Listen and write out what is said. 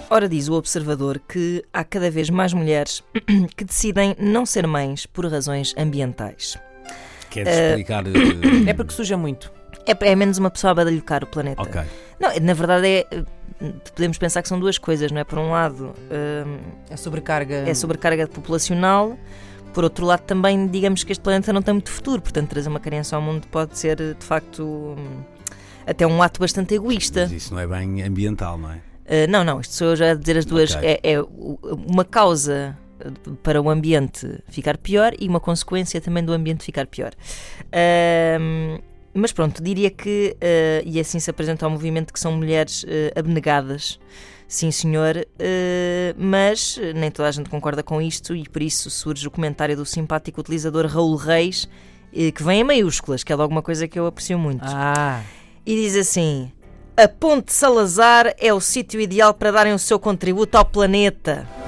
Ora, diz o Observador que há cada vez mais mulheres que decidem não ser mães por razões ambientais. Queres explicar? É porque suja muito. É menos uma pessoa a badalhocar o planeta. Ok. Não, na verdade podemos pensar que são duas coisas, não é? Por um lado, A sobrecarga. é sobrecarga populacional. Por outro lado, também digamos que este planeta não tem muito futuro. Portanto, trazer uma criança ao mundo pode ser, de facto, até um ato bastante egoísta. Mas isso não é bem ambiental, não é? Não, isto sou eu já a dizer as duas. Ok. É uma causa para o ambiente ficar pior e uma consequência também do ambiente ficar pior. Mas pronto, diria que, e assim se apresenta ao movimento, que são mulheres abnegadas, sim senhor, mas nem toda a gente concorda com isto e por isso surge o comentário do simpático utilizador Raul Reis, que vem em maiúsculas, que é logo uma coisa que eu aprecio muito. E diz assim: a Ponte Salazar é o sítio ideal para darem o seu contributo ao planeta.